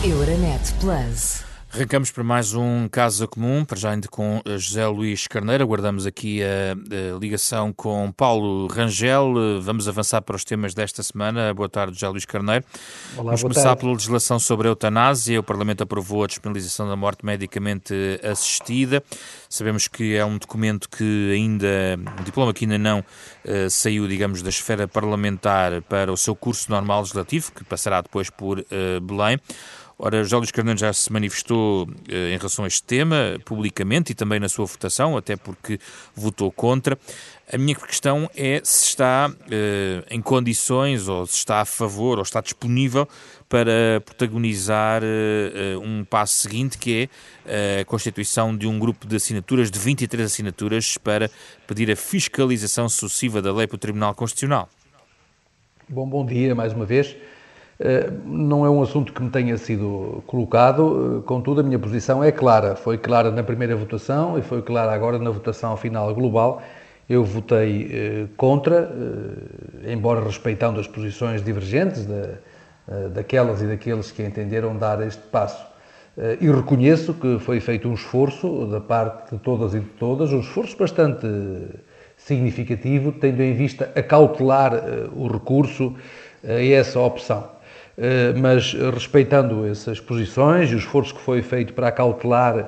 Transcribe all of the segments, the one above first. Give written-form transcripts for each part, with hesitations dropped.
Euronet Plus. Arrancamos para mais um Caso Comum, para já ainda com José Luís Carneiro. Aguardamos aqui a ligação com Paulo Rangel. Vamos avançar para os temas desta semana. Boa tarde, José Luís Carneiro. Olá, Vamos boa começar tarde. pela legislação sobre a eutanásia. O Parlamento aprovou a despenalização da morte medicamente assistida. Sabemos que é um documento que ainda, um diploma que ainda não saiu, digamos, da esfera parlamentar para o seu curso normal legislativo, que passará depois por Belém. Ora, José Luís Carneiro já se manifestou em relação a este tema, publicamente e também na sua votação, até porque votou contra. A minha questão é se está em condições, ou se está a favor, ou está disponível para protagonizar um passo seguinte, que é a constituição de um grupo de assinaturas, de 23 assinaturas, para pedir a fiscalização sucessiva da lei pelo Tribunal Constitucional. Bom dia mais uma vez. Não é um assunto que me tenha sido colocado, contudo a minha posição é clara. Foi clara na primeira votação e foi clara agora na votação final global. Eu votei contra, embora respeitando as posições divergentes daquelas e daqueles que entenderam dar este passo. E reconheço que foi feito um esforço da parte de todas e de todas, um esforço bastante significativo, tendo em vista acautelar o recurso a essa opção. Mas respeitando essas posições e o esforço que foi feito para acautelar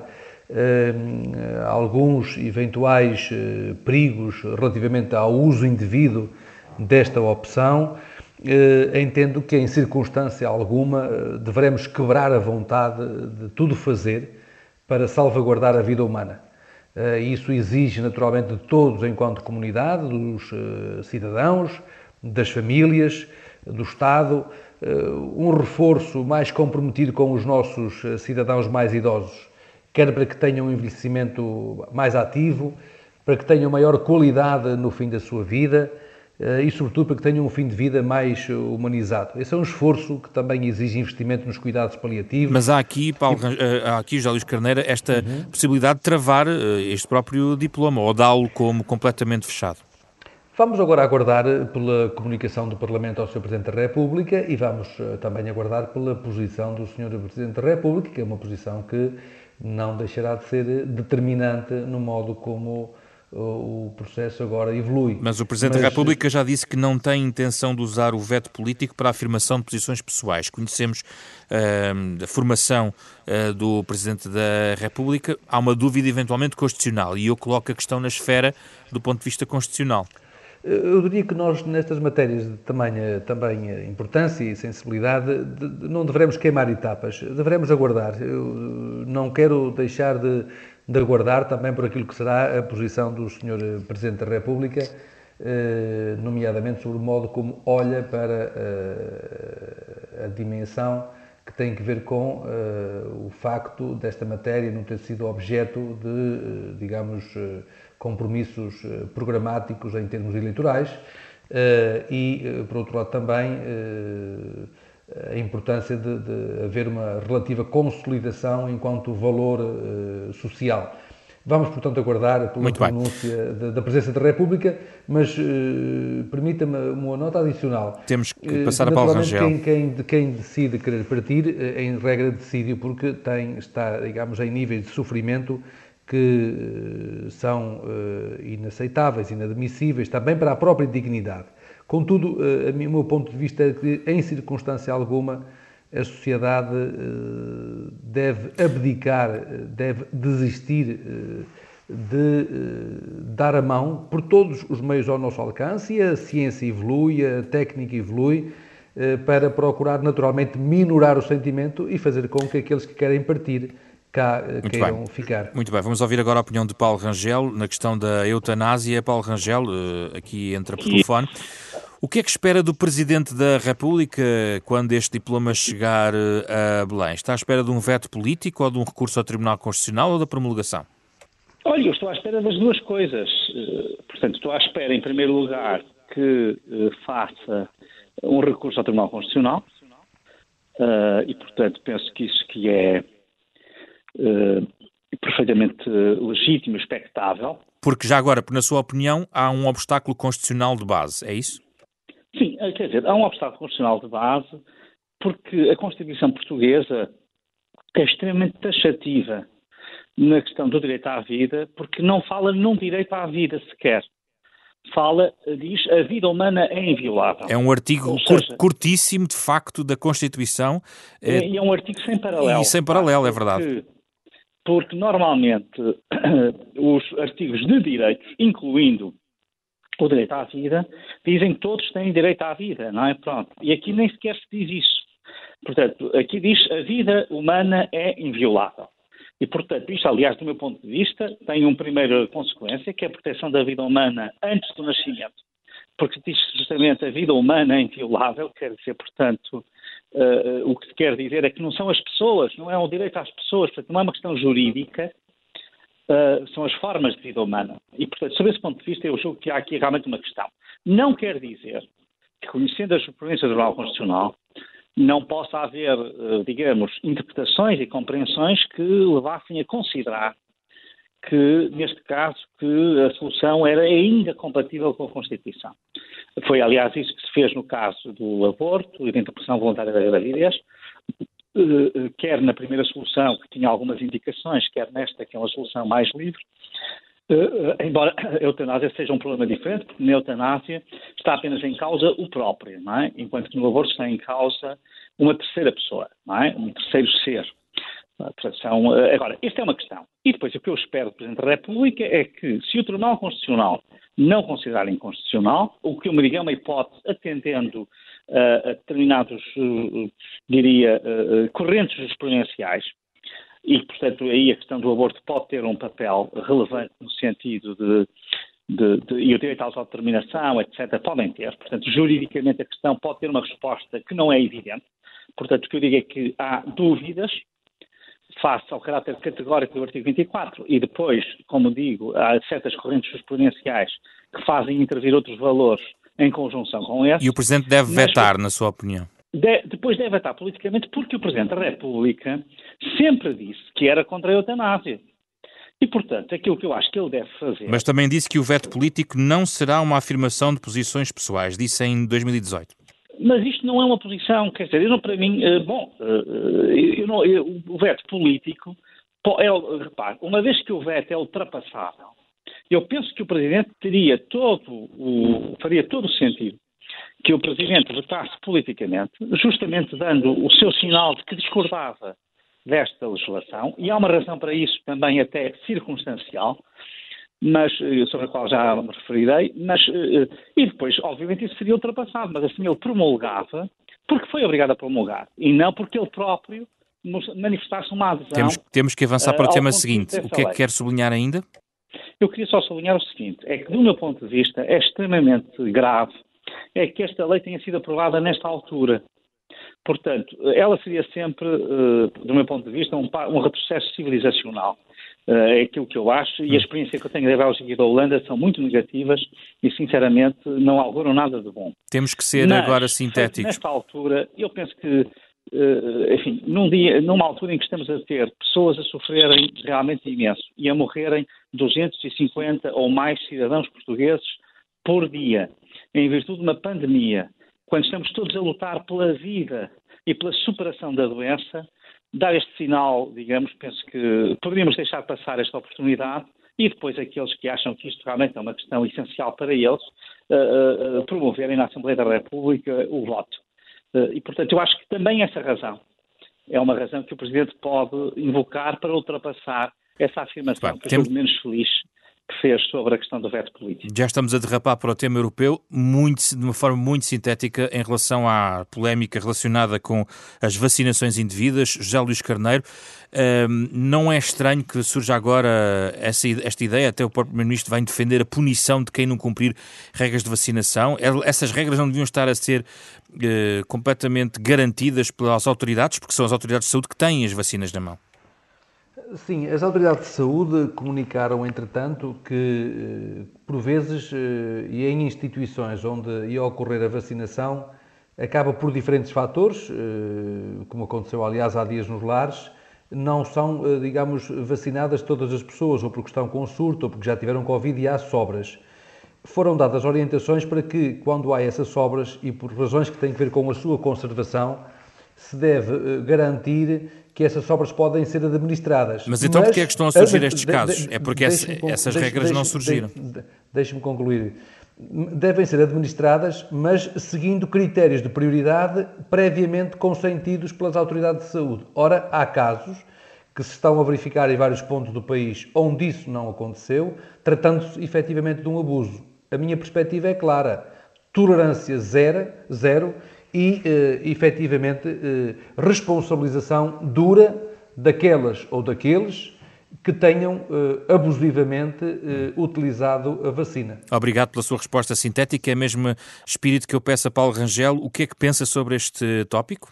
alguns eventuais perigos relativamente ao uso indevido desta opção, entendo que em circunstância alguma devemos quebrar a vontade de tudo fazer para salvaguardar a vida humana. Isso exige naturalmente de todos enquanto comunidade, dos cidadãos, das famílias, do Estado, um reforço mais comprometido com os nossos cidadãos mais idosos, quer para que tenham um envelhecimento mais ativo, para que tenham maior qualidade no fim da sua vida e, sobretudo, para que tenham um fim de vida mais humanizado. Esse é um esforço que também exige investimento nos cuidados paliativos. Mas há aqui, José Luís Carneiro, esta possibilidade de travar este próprio diploma ou dá-lo como completamente fechado. Vamos agora aguardar pela comunicação do Parlamento ao Sr. Presidente da República e vamos também aguardar pela posição do Sr. Presidente da República, que é uma posição que não deixará de ser determinante no modo como o processo agora evolui. Mas o Presidente da República já disse que não tem intenção de usar o veto político para a afirmação de posições pessoais. Conhecemos a formação do Presidente da República. Há uma dúvida eventualmente constitucional e eu coloco a questão na esfera do ponto de vista constitucional. Eu diria que nós, nestas matérias de tamanha também importância e sensibilidade, não devemos queimar etapas, devemos aguardar. Eu não quero deixar de aguardar também por aquilo que será a posição do Sr. Presidente da República, nomeadamente sobre o modo como olha para a dimensão que tem que ver com o facto desta matéria não ter sido objeto de, digamos, compromissos programáticos em termos eleitorais e, por outro lado, também a importância de haver uma relativa consolidação enquanto valor social. Vamos, portanto, aguardar pela pronúncia da Presidência da República, mas permita-me uma nota adicional. Temos que passar a Paulo Rangel. Quem decide querer partir, em regra decide porque está, digamos, em níveis de sofrimento que são inaceitáveis, inadmissíveis, também para a própria dignidade. Contudo, o meu ponto de vista é que, em circunstância alguma, a sociedade deve abdicar, deve desistir de dar a mão por todos os meios ao nosso alcance, e a ciência evolui, a técnica evolui, para procurar naturalmente minorar o sentimento e fazer com que aqueles que querem partir cá queiram ficar. Muito bem, vamos ouvir agora a opinião de Paulo Rangel na questão da eutanásia. Paulo Rangel, aqui entra por telefone. O que é que espera do Presidente da República quando este diploma chegar a Belém? Está à espera de um veto político ou de um recurso ao Tribunal Constitucional ou da promulgação? Olha, eu estou à espera das duas coisas. Portanto, estou à espera, em primeiro lugar, que faça um recurso ao Tribunal Constitucional e, portanto, penso que isso que é perfeitamente legítimo e expectável. Porque já agora, na sua opinião, há um obstáculo constitucional de base, é isso? Sim, quer dizer, há um obstáculo constitucional de base porque a Constituição portuguesa é extremamente taxativa na questão do direito à vida, porque não fala num direito à vida sequer. Diz a vida humana é inviolável. É um artigo curtíssimo, de facto, da Constituição. E é um artigo sem paralelo. E sem paralelo, é verdade. Porque normalmente os artigos de direitos, incluindo o direito à vida, dizem que todos têm direito à vida, não é? Pronto. E aqui nem sequer se diz isso. Portanto, aqui diz a vida humana é inviolável. E, portanto, isto, aliás, do meu ponto de vista, tem uma primeira consequência, que é a proteção da vida humana antes do nascimento. Porque diz justamente a vida humana é inviolável, quer dizer, portanto, o que se quer dizer é que não são as pessoas, não é um direito às pessoas, portanto, não é uma questão jurídica, são as formas de vida humana. E, portanto, sob esse ponto de vista, eu julgo que há aqui realmente uma questão. Não quer dizer que, conhecendo a jurisprudência do Tribunal Constitucional, não possa haver, digamos, interpretações e compreensões que levassem a considerar que, neste caso, que a solução era ainda compatível com a Constituição. Foi, aliás, isso que se fez no caso do aborto e da interrupção voluntária da gravidez, quer na primeira solução, que tinha algumas indicações, quer nesta, que é uma solução mais livre, embora a eutanásia seja um problema diferente, porque na eutanásia está apenas em causa o próprio, não é? Enquanto que no aborto está em causa uma terceira pessoa, não é? Um terceiro ser. Agora, esta é uma questão. E depois o que eu espero do Presidente da República é que, se o Tribunal Constitucional não considerar inconstitucional, o que eu me digo é uma hipótese atendendo a determinados, correntes jurisprudenciais, e, portanto, aí a questão do aborto pode ter um papel relevante no sentido e o direito à autodeterminação, etc., podem ter. Portanto, juridicamente a questão pode ter uma resposta que não é evidente. Portanto, o que eu digo é que há dúvidas face ao caráter categórico do artigo 24 e depois, como digo, há certas correntes jurisprudenciais que fazem intervir outros valores em conjunção com esses. E o Presidente deve vetar, na sua opinião? Depois deve vetar politicamente, porque o Presidente da República sempre disse que era contra a eutanásia. E, portanto, aquilo que eu acho que ele deve fazer... Mas também disse que o veto político não será uma afirmação de posições pessoais. Disse em 2018. Mas isto não é uma posição, quer dizer, para mim, o veto político, repare, uma vez que o veto é ultrapassável, eu penso que o Presidente faria todo o sentido que o Presidente vetasse politicamente, justamente dando o seu sinal de que discordava desta legislação, e há uma razão para isso também até circunstancial, mas sobre a qual já me referirei, e depois, obviamente, isso seria ultrapassado, mas assim ele promulgava, porque foi obrigado a promulgar, e não porque ele próprio manifestasse uma adesão. Temos que avançar para o tema seguinte. O que é que quer sublinhar ainda? Eu queria só sublinhar o seguinte, é que do meu ponto de vista é extremamente grave é que esta lei tenha sido aprovada nesta altura. Portanto, ela seria sempre, do meu ponto de vista, um retrocesso civilizacional. É aquilo que eu acho, e a experiência que eu tenho da Bélgica e da Holanda são muito negativas e, sinceramente, não auguram nada de bom. Temos que ser agora sintéticos. Nesta altura, eu penso que, enfim, numa altura em que estamos a ter pessoas a sofrerem realmente imenso e a morrerem 250 ou mais cidadãos portugueses por dia, em virtude de uma pandemia, quando estamos todos a lutar pela vida e pela superação da doença, dar este sinal, digamos, penso que poderíamos deixar passar esta oportunidade e depois aqueles que acham que isto realmente é uma questão essencial para eles, promoverem na Assembleia da República o voto. E, portanto, eu acho que também essa razão é uma razão que o Presidente pode invocar para ultrapassar essa afirmação que eu estou menos feliz que fez sobre a questão do veto político. Já estamos a derrapar para o tema europeu, de uma forma muito sintética em relação à polémica relacionada com as vacinações indevidas. José Luís Carneiro, não é estranho que surja agora esta ideia, até o próprio Primeiro-Ministro vai defender a punição de quem não cumprir regras de vacinação. Essas regras não deviam estar a ser completamente garantidas pelas autoridades, porque são as autoridades de saúde que têm as vacinas na mão. Sim, as autoridades de saúde comunicaram, entretanto, que, por vezes, e em instituições onde ia ocorrer a vacinação, acaba por diferentes fatores, como aconteceu, aliás, há dias nos lares, não são, digamos, vacinadas todas as pessoas, ou porque estão com surto, ou porque já tiveram Covid e há sobras. Foram dadas orientações para que, quando há essas sobras, e por razões que têm a ver com a sua conservação, se deve garantir que essas sobras podem ser administradas. Mas então porquê é que estão a surgir estes casos? É porque essas regras não surgiram. Deixe-me concluir. Devem ser administradas, mas seguindo critérios de prioridade previamente consentidos pelas autoridades de saúde. Ora, há casos que se estão a verificar em vários pontos do país onde isso não aconteceu, tratando-se efetivamente de um abuso. A minha perspectiva é clara. Tolerância zero e, efetivamente, responsabilização dura daquelas ou daqueles que tenham abusivamente utilizado a vacina. Obrigado pela sua resposta sintética. É mesmo espírito que eu peço a Paulo Rangel. O que é que pensa sobre este tópico?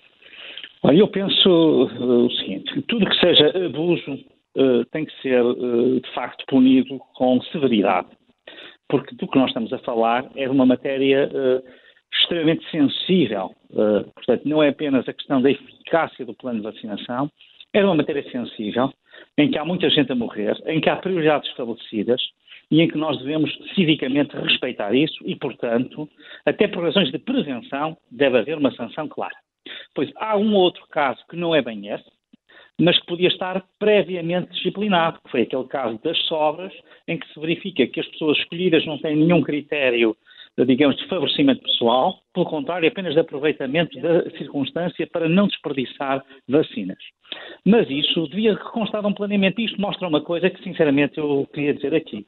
Eu penso o seguinte, tudo que seja abuso tem que ser, de facto, punido com severidade, porque do que nós estamos a falar é de uma matéria extremamente sensível, portanto, não é apenas a questão da eficácia do plano de vacinação, é uma matéria sensível, em que há muita gente a morrer, em que há prioridades estabelecidas e em que nós devemos civicamente respeitar isso e, portanto, até por razões de prevenção, deve haver uma sanção clara. Pois há um outro caso que não é bem esse, mas que podia estar previamente disciplinado, que foi aquele caso das sobras, em que se verifica que as pessoas escolhidas não têm nenhum critério, digamos, de favorecimento pessoal, pelo contrário, apenas de aproveitamento da circunstância para não desperdiçar vacinas. Mas isso devia constar de um planeamento. Isto mostra uma coisa que, sinceramente, eu queria dizer aqui.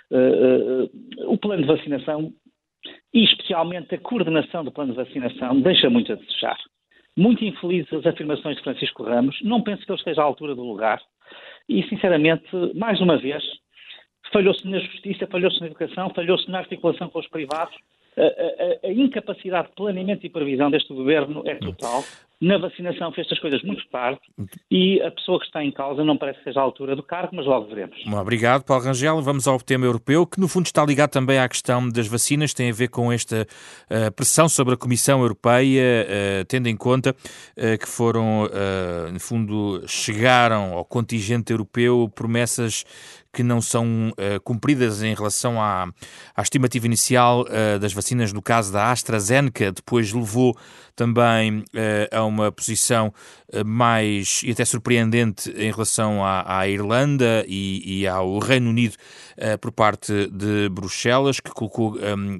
O plano de vacinação, e especialmente a coordenação do plano de vacinação, deixa muito a desejar. Muito infelizes as afirmações de Francisco Ramos, não penso que ele esteja à altura do lugar e, sinceramente, mais uma vez, falhou-se na justiça, falhou-se na educação, falhou-se na articulação com os privados. A incapacidade de planeamento e previsão deste governo é total. Na vacinação fez estas coisas muito tarde e a pessoa que está em causa não parece que seja à altura do cargo, mas logo veremos. Obrigado, Paulo Rangel. Vamos ao tema europeu, que no fundo está ligado também à questão das vacinas, tem a ver com esta pressão sobre a Comissão Europeia, tendo em conta que foram, no fundo, chegaram ao contingente europeu promessas que não são cumpridas em relação à estimativa inicial das vacinas, no caso da AstraZeneca, depois levou também a uma posição mais e até surpreendente em relação à Irlanda e ao Reino Unido por parte de Bruxelas, que colocou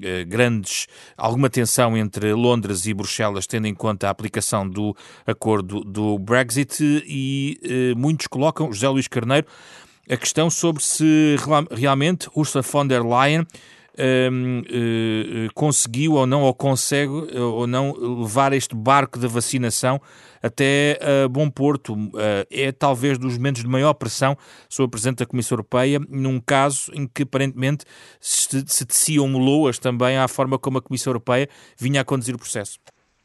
alguma tensão entre Londres e Bruxelas, tendo em conta a aplicação do acordo do Brexit, e muitos colocam, José Luís Carneiro, a questão sobre se realmente Ursula von der Leyen conseguiu ou não, ou consegue ou não levar este barco da vacinação até bom porto. É talvez dos momentos de maior pressão sobre o Presidente da Comissão Europeia, num caso em que aparentemente se teciam loas também à forma como a Comissão Europeia vinha a conduzir o processo.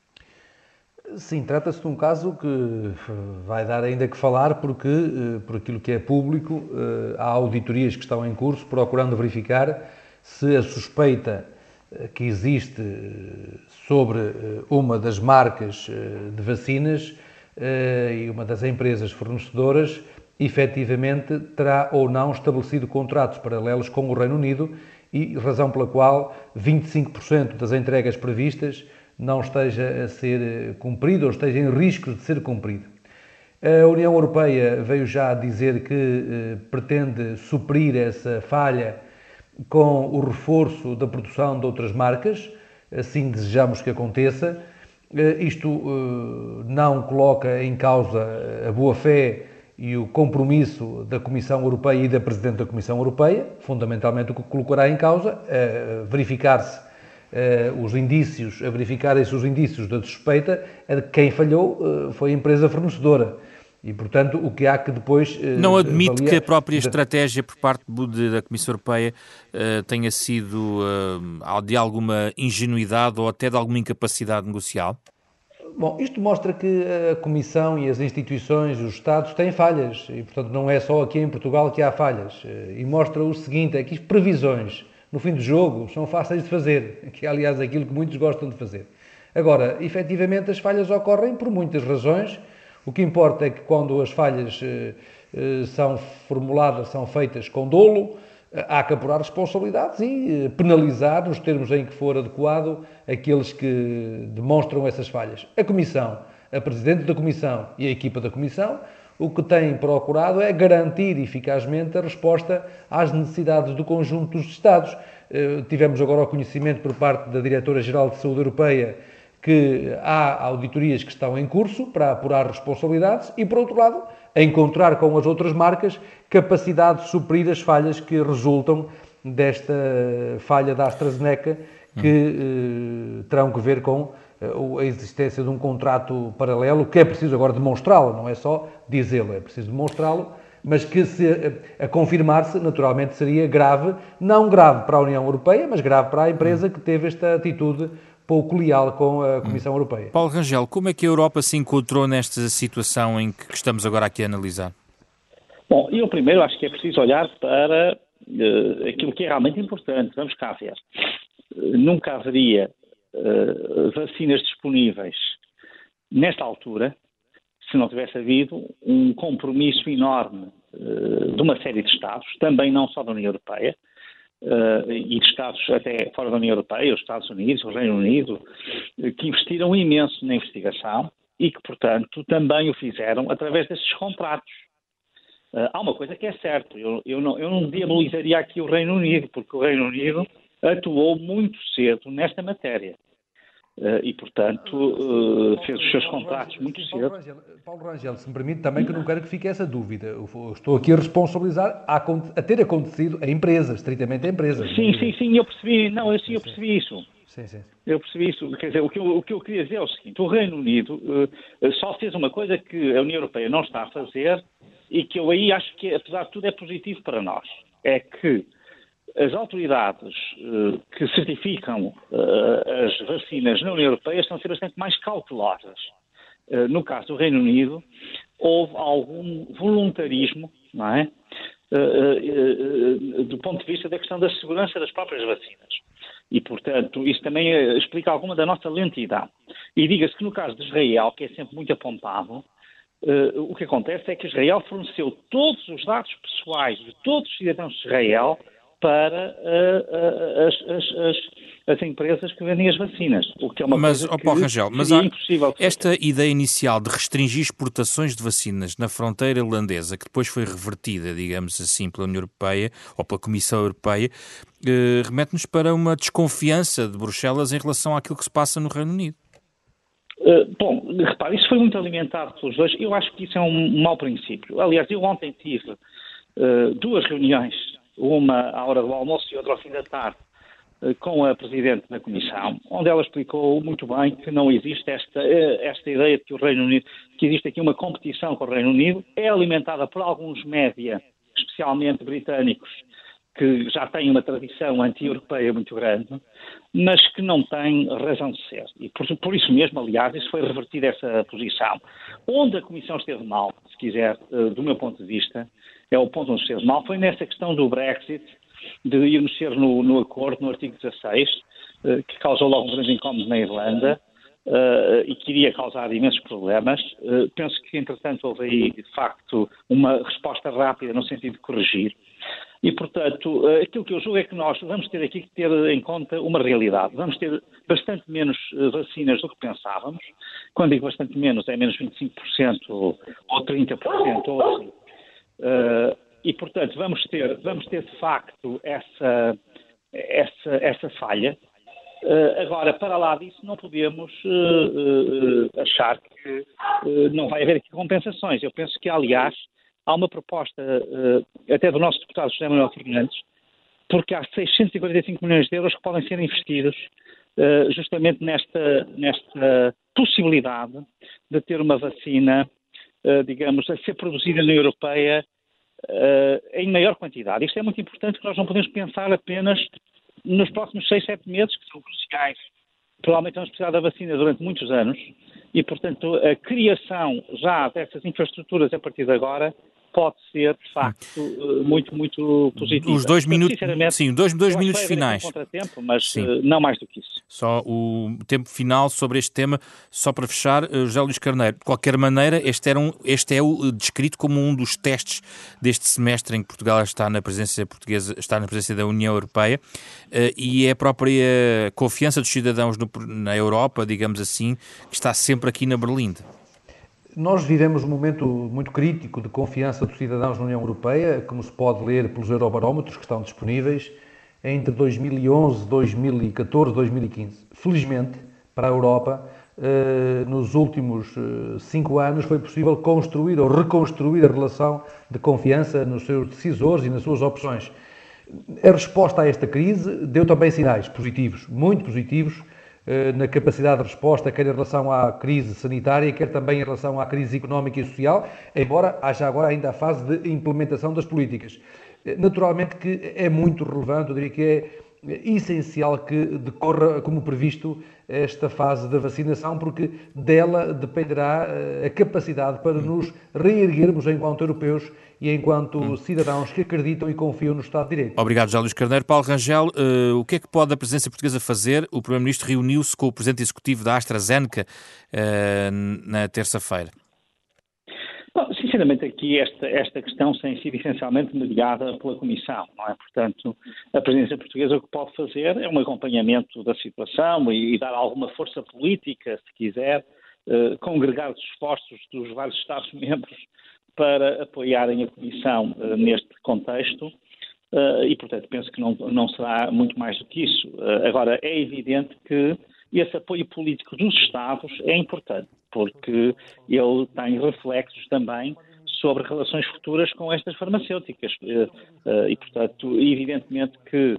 Sim, trata-se de um caso que vai dar ainda que falar porque, por aquilo que é público, há auditorias que estão em curso procurando verificar se a suspeita que existe sobre uma das marcas de vacinas e uma das empresas fornecedoras efetivamente terá ou não estabelecido contratos paralelos com o Reino Unido, e razão pela qual 25% das entregas previstas não esteja a ser cumprido ou esteja em risco de ser cumprido. A União Europeia veio já dizer que pretende suprir essa falha com o reforço da produção de outras marcas, assim desejamos que aconteça. Isto não coloca em causa a boa-fé e o compromisso da Comissão Europeia e da Presidente da Comissão Europeia. Fundamentalmente o que colocará em causa é verificar-se verificarem-se os indícios da suspeita é de que quem falhou foi a empresa fornecedora. E, portanto, o que há que depois... Não admite que a própria estratégia por parte da Comissão Europeia tenha sido de alguma ingenuidade ou até de alguma incapacidade negocial? Bom, isto mostra que a Comissão e as instituições, os Estados, têm falhas. E, portanto, não é só aqui em Portugal que há falhas. E mostra o seguinte, é que as previsões no fim do jogo são fáceis de fazer, que é, aliás, aquilo que muitos gostam de fazer. Agora, efetivamente, as falhas ocorrem por muitas razões. O que importa é que quando as falhas são formuladas, são feitas com dolo, há que apurar responsabilidades e penalizar, nos termos em que for adequado, aqueles que demonstram essas falhas. A Comissão a Presidente da Comissão e a equipa da Comissão, o que têm procurado é garantir eficazmente a resposta às necessidades do conjunto dos Estados. Tivemos agora o conhecimento por parte da Diretora-Geral de Saúde Europeia que há auditorias que estão em curso para apurar responsabilidades e, por outro lado, encontrar com as outras marcas capacidade de suprir as falhas que resultam desta falha da AstraZeneca, que terão que ver com a existência de um contrato paralelo, que é preciso agora demonstrá-lo, não é só dizê-lo, é preciso demonstrá-lo, mas que a confirmar-se, naturalmente, seria grave, não grave para a União Europeia, mas grave para a empresa que teve esta atitude pouco leal com a Comissão Europeia. Paulo Rangel, como é que a Europa se encontrou nesta situação em que estamos agora aqui a analisar? Bom, eu primeiro acho que é preciso olhar para aquilo que é realmente importante. Vamos cá ver. Nunca haveria vacinas disponíveis nesta altura se não tivesse havido um compromisso enorme de uma série de Estados, também não só da União Europeia, e de Estados até fora da União Europeia, os Estados Unidos, o Reino Unido, que investiram imenso na investigação e que, portanto, também o fizeram através desses contratos. Há uma coisa que é certa, eu não diabolizaria aqui o Reino Unido, porque o Reino Unido atuou muito cedo nesta matéria. E, portanto, fez os seus contratos muito cedo. Paulo Rangel, se me permite também, que eu não quero que fique essa dúvida. Eu estou aqui a responsabilizar a ter acontecido a empresas, estritamente a empresas. Sim, eu percebi. Não, eu percebi isso. Sim. Eu percebi isso. Quer dizer, o que eu queria dizer é o seguinte: o Reino Unido só fez uma coisa que a União Europeia não está a fazer e que eu aí acho que, apesar de tudo, é positivo para nós. É que as autoridades que certificam as vacinas na União Europeia estão a ser bastante mais cautelosas. No caso do Reino Unido, houve algum voluntarismo, não é? Do ponto de vista da questão da segurança das próprias vacinas. E, portanto, isso também explica alguma da nossa lentidão. E diga-se que no caso de Israel, que é sempre muito apontado, o que acontece é que Israel forneceu todos os dados pessoais de todos os cidadãos de Israel para as empresas que vendem as vacinas, o que é uma coisa que Paulo Rangel, seria impossível. Esta ideia inicial de restringir exportações de vacinas na fronteira irlandesa, que depois foi revertida, digamos assim, pela União Europeia ou pela Comissão Europeia, remete-nos para uma desconfiança de Bruxelas em relação àquilo que se passa no Reino Unido. Bom, repare, isso foi muito alimentado pelos dois. Eu acho que isso é um mau princípio. Aliás, eu ontem tive duas reuniões, uma à hora do almoço e outra ao fim da tarde, com a Presidente da Comissão, onde ela explicou muito bem que não existe esta ideia de que o Reino Unido, que existe aqui uma competição com o Reino Unido, é alimentada por alguns média, especialmente britânicos, que já têm uma tradição anti-europeia muito grande, mas que não têm razão de ser. E por isso mesmo, aliás, isso foi revertida essa posição. Onde a Comissão esteve mal, se quiser, do meu ponto de vista, é o ponto onde esteve mal, foi nessa questão do Brexit, de irmos ser no acordo, no artigo 16, que causou logo um grande incómodo na Irlanda e que iria causar imensos problemas. Penso que, entretanto, houve aí, de facto, uma resposta rápida no sentido de corrigir. E, portanto, aquilo que eu julgo é que nós vamos ter aqui que ter em conta uma realidade. Vamos ter bastante menos vacinas do que pensávamos. Quando digo bastante menos, é menos 25% ou 30%, ou assim. E, portanto, vamos ter de facto essa falha. Agora, para lá disso, não podemos achar que não vai haver aqui compensações. Eu penso que, aliás, há uma proposta até do nosso deputado José Manuel Fernandes, porque há 645 milhões de euros que podem ser investidos justamente nesta possibilidade de ter uma vacina, digamos, a ser produzida na União Europeia em maior quantidade. Isto é muito importante, porque nós não podemos pensar apenas nos próximos 6, 7 meses, que são cruciais. Provavelmente vamos precisar da vacina durante muitos anos e, portanto, a criação já dessas infraestruturas a partir de agora pode ser, de facto, muito, muito positiva. Os 2 minutos, sim, dois minutos finais. Mas não mais do que isso. Só o tempo final sobre este tema, só para fechar, José Luís Carneiro. De qualquer maneira, este é o descrito como um dos testes deste semestre em que Portugal está na presença portuguesa, está na presença da União Europeia, e é a própria confiança dos cidadãos na Europa, digamos assim, que está sempre aqui na berlinda. Nós vivemos um momento muito crítico de confiança dos cidadãos na União Europeia, como se pode ler pelos eurobarómetros que estão disponíveis, entre 2011, 2014 e 2015. Felizmente, para a Europa, nos últimos 5 anos foi possível construir ou reconstruir a relação de confiança nos seus decisores e nas suas opções. A resposta a esta crise deu também sinais positivos, muito positivos, na capacidade de resposta, quer em relação à crise sanitária, quer também em relação à crise económica e social, embora haja agora ainda a fase de implementação das políticas. Naturalmente que é muito relevante, eu diria que é essencial que decorra como previsto esta fase da vacinação, porque dela dependerá a capacidade para nos reerguermos enquanto europeus e enquanto cidadãos que acreditam e confiam no Estado de Direito. Obrigado, José Luís Carneiro. Paulo Rangel, o que é que pode a presidência portuguesa fazer? O Primeiro-Ministro reuniu-se com o Presidente Executivo da AstraZeneca na terça-feira. Bom, sinceramente, aqui esta questão tem sido essencialmente mediada pela Comissão, não é? Portanto, a presidência portuguesa o que pode fazer é um acompanhamento da situação e dar alguma força política, se quiser, congregar os esforços dos vários Estados-membros para apoiarem a Comissão neste contexto e, portanto, penso que não será muito mais do que isso. Agora, é evidente que esse apoio político dos Estados é importante, porque ele tem reflexos também sobre relações futuras com estas farmacêuticas. E, portanto, evidentemente que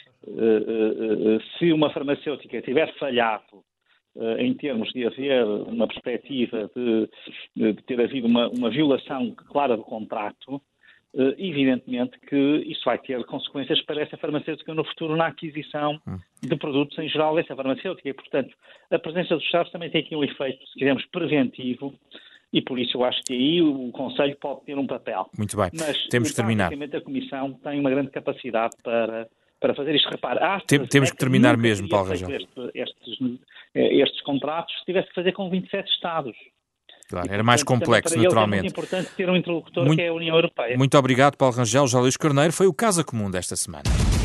se uma farmacêutica tiver falhado em termos de haver uma perspectiva de ter havido uma violação clara do contrato, evidentemente que isso vai ter consequências para essa farmacêutica no futuro na aquisição de produtos em geral dessa farmacêutica e, portanto, a presença dos Estados também tem aqui um efeito, se quisermos, preventivo e por isso eu acho que aí o Conselho pode ter um papel. Muito bem, mas temos que terminar. Basicamente a Comissão tem uma grande capacidade para fazer isto. Repara, temos que terminar mesmo, Paulo Rangel. Estes contratos se tivesse que fazer com 27 Estados. Claro, era mais complexo, naturalmente. É muito importante ter um interlocutor que é a União Europeia. Muito obrigado, Paulo Rangel. José Luís Carneiro, foi o Casa Comum desta semana.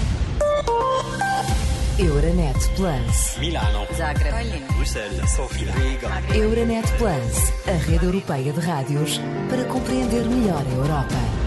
Euronet Plus. Milano. Zagreb. Bruxelas. Sofia. Riga. Euronet Plus, a rede europeia de rádios para compreender melhor a Europa.